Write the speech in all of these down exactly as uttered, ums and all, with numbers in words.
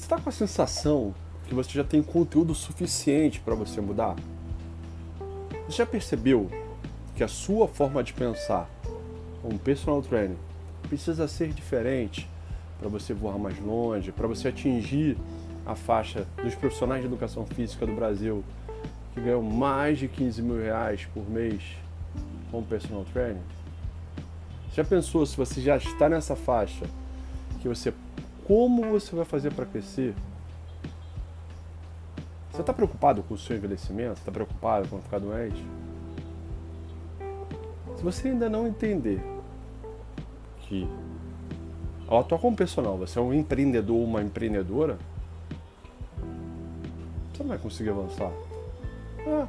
está com a sensação que você já tem conteúdo suficiente para você mudar? Você já percebeu que a sua forma de pensar como personal trainer precisa ser diferente para você voar mais longe, para você atingir a faixa dos profissionais de educação física do Brasil que ganham mais de quinze mil reais por mês como personal trainer? Já pensou, se você já está nessa faixa, que você, como você vai fazer para crescer? Você está preocupado com o seu envelhecimento? Está preocupado com ficar doente? Se você ainda não entender que ao atuar como personal, você é um empreendedor ou uma empreendedora, você não vai conseguir avançar. Ah,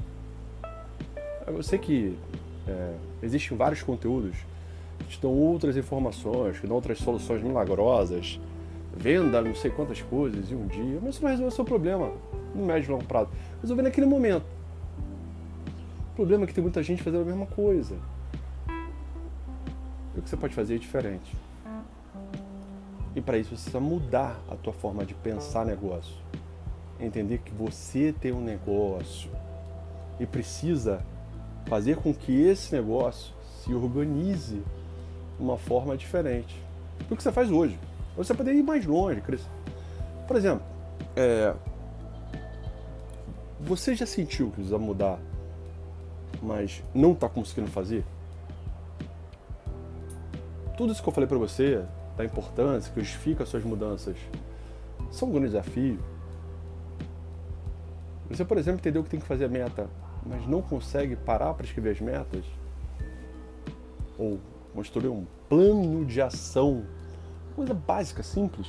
eu sei que é, existem vários conteúdos que te dão outras informações, que dão outras soluções milagrosas, venda não sei quantas coisas em um dia, mas isso não resolve o seu problema no médio e longo prazo. Resolver naquele momento. O problema é que tem muita gente fazendo a mesma coisa. E o que você pode fazer é diferente. E para isso você precisa mudar a tua forma de pensar negócio. Entender que você tem um negócio e precisa fazer com que esse negócio se organize de uma forma diferente do que você faz hoje. Você poder ir mais longe, crescer. Por exemplo, é... você já sentiu que precisa mudar, mas não está conseguindo fazer? Tudo isso que eu falei para você, da importância, que justifica as suas mudanças, são um grande desafio. Você, por exemplo, entendeu que tem que fazer a meta, mas não consegue parar para escrever as metas? Ou construir um plano de ação, coisa básica, simples.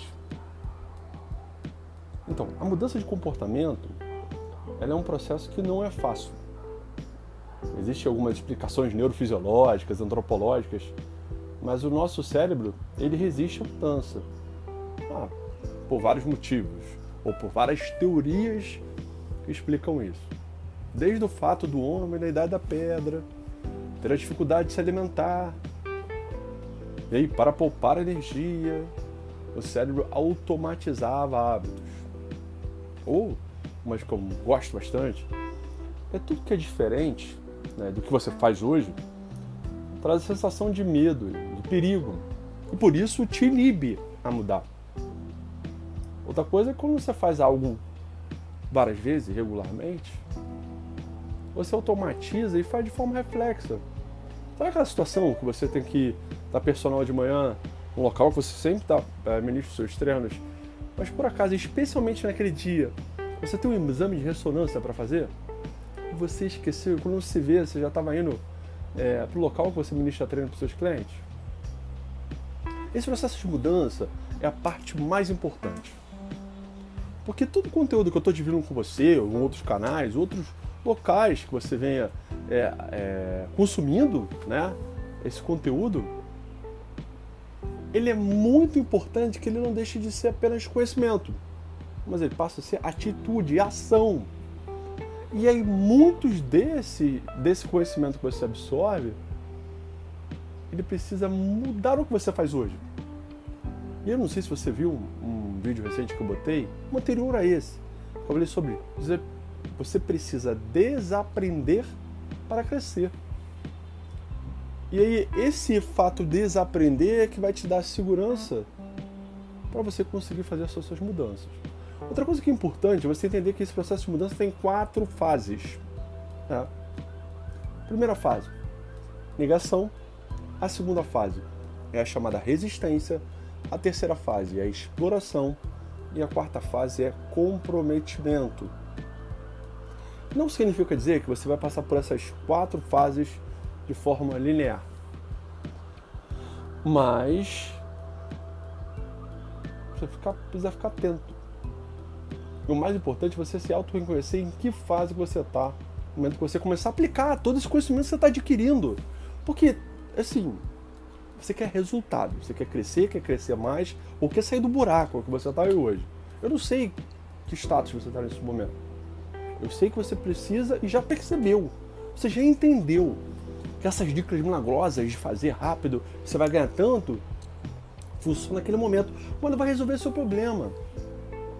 Então, a mudança de comportamento, ela é um processo que não é fácil. Existem algumas explicações neurofisiológicas, antropológicas, mas o nosso cérebro, ele resiste à mudança. Ah, por vários motivos, ou por várias teorias que explicam isso. Desde o fato do homem na Idade da Pedra ter a dificuldade de se alimentar, e aí, para poupar energia, o cérebro automatizava hábitos. Ou, mas como gosto bastante, é tudo que é diferente, né, do que você faz hoje, traz a sensação de medo, de perigo. E por isso te inibe a mudar. Outra coisa é quando você faz algo várias vezes, regularmente, você automatiza e faz de forma reflexa. Sabe aquela situação que você tem que estar personal de manhã, um local que você sempre está é, ministra os seus treinos, mas por acaso, especialmente naquele dia, você tem um exame de ressonância para fazer e você esqueceu, quando você vê, você já estava indo é, para o local que você ministra treino para os seus clientes? Esse processo de mudança é a parte mais importante. Porque todo o conteúdo que eu estou dividindo com você, ou em outros canais, outros locais que você venha é, é, consumindo, né, esse conteúdo, ele é muito importante que ele não deixe de ser apenas conhecimento, mas ele passa a ser atitude, ação. E aí muitos desse, desse conhecimento que você absorve, ele precisa mudar o que você faz hoje. E eu não sei se você viu um, um vídeo recente que eu botei, um anterior a esse, eu falei sobre dizer, você precisa desaprender para crescer. E aí esse fato de desaprender é que vai te dar segurança para você conseguir fazer as suas mudanças. Outra coisa que é importante é você entender que esse processo de mudança tem quatro fases. Tá? Primeira fase, negação. A segunda fase é a chamada resistência. A terceira fase é a exploração. E a quarta fase é comprometimento. Não significa dizer que você vai passar por essas quatro fases de forma linear. Mas você ficar, precisa ficar atento. E o mais importante é você se auto-reconhecer em que fase você está. No momento que você começar a aplicar todo esse conhecimento que você está adquirindo. Porque, assim, você quer resultado. Você quer crescer, quer crescer mais, ou quer sair do buraco que você está aí hoje. Eu não sei que status você está nesse momento. Eu sei que você precisa e já percebeu. Você já entendeu que essas dicas milagrosas de fazer rápido, você vai ganhar tanto, funciona naquele momento, quando vai resolver seu problema.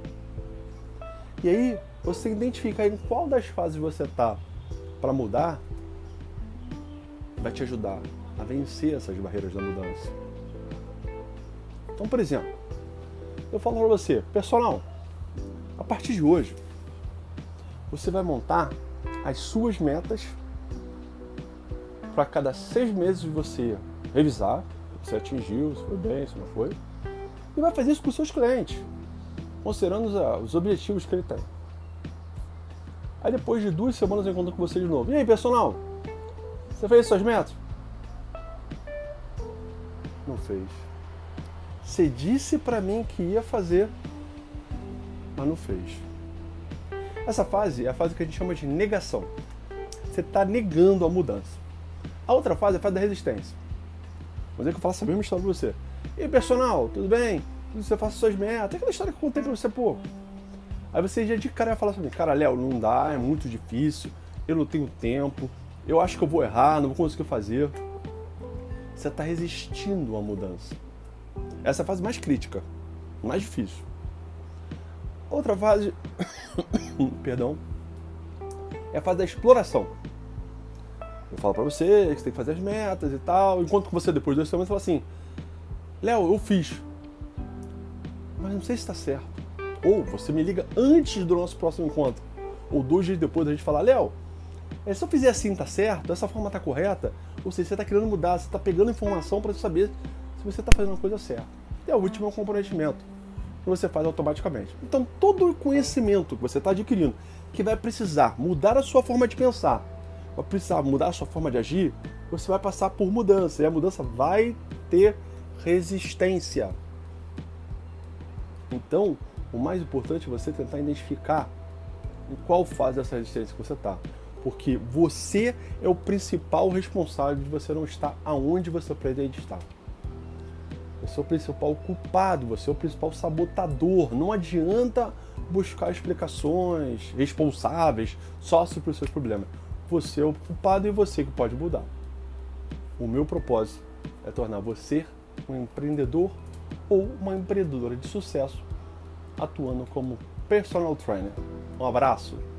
E aí, você identificar em qual das fases você está para mudar, vai te ajudar a vencer essas barreiras da mudança. Então, por exemplo, eu falo para você, personal, a partir de hoje, você vai montar as suas metas para cada seis meses você revisar se você atingiu, se foi bem, se não foi, e vai fazer isso com os seus clientes, considerando os, os objetivos que ele tem. Aí depois de duas semanas eu encontro com você de novo. E aí, personal? Você fez suas metas? Não fez. Você disse pra mim que ia fazer, mas não fez. Essa fase é a fase que a gente chama de negação. Você está negando a mudança. A outra fase é a fase da resistência. Mas é que eu faço a mesma história pra você. E aí, personal, tudo bem? Você faça suas metas. Aquela história que eu contei pra você, pô. Aí você já de cara vai falar assim, cara, Léo, não dá, é muito difícil, eu não tenho tempo, eu acho que eu vou errar, não vou conseguir fazer. Você está resistindo à mudança. Essa é a fase mais crítica, mais difícil. Outra fase, perdão, é a fase da exploração. Eu falo pra você que você tem que fazer as metas e tal, enquanto que você depois de duas semanas fala assim, Léo, eu fiz, mas não sei se está certo. Ou você me liga antes do nosso próximo encontro, ou dois dias depois da gente falar, Léo, se eu fizer assim tá certo, essa forma tá correta, ou seja, você está querendo mudar, você está pegando informação para saber se você está fazendo a coisa certa. E a última é o comprometimento, que você faz automaticamente. Então todo o conhecimento que você está adquirindo, que vai precisar mudar a sua forma de pensar, vai precisar mudar a sua forma de agir, você vai passar por mudança, e a mudança vai ter resistência. Então, o mais importante é você tentar identificar em qual fase dessa resistência que você está. Porque você é o principal responsável de você não estar aonde você pretende estar. Você é o principal culpado, você é o principal sabotador. Não adianta buscar explicações responsáveis só sobre os seus problemas. Você é o culpado e você que pode mudar. O meu propósito é tornar você um empreendedor ou uma empreendedora de sucesso atuando como personal trainer. Um abraço!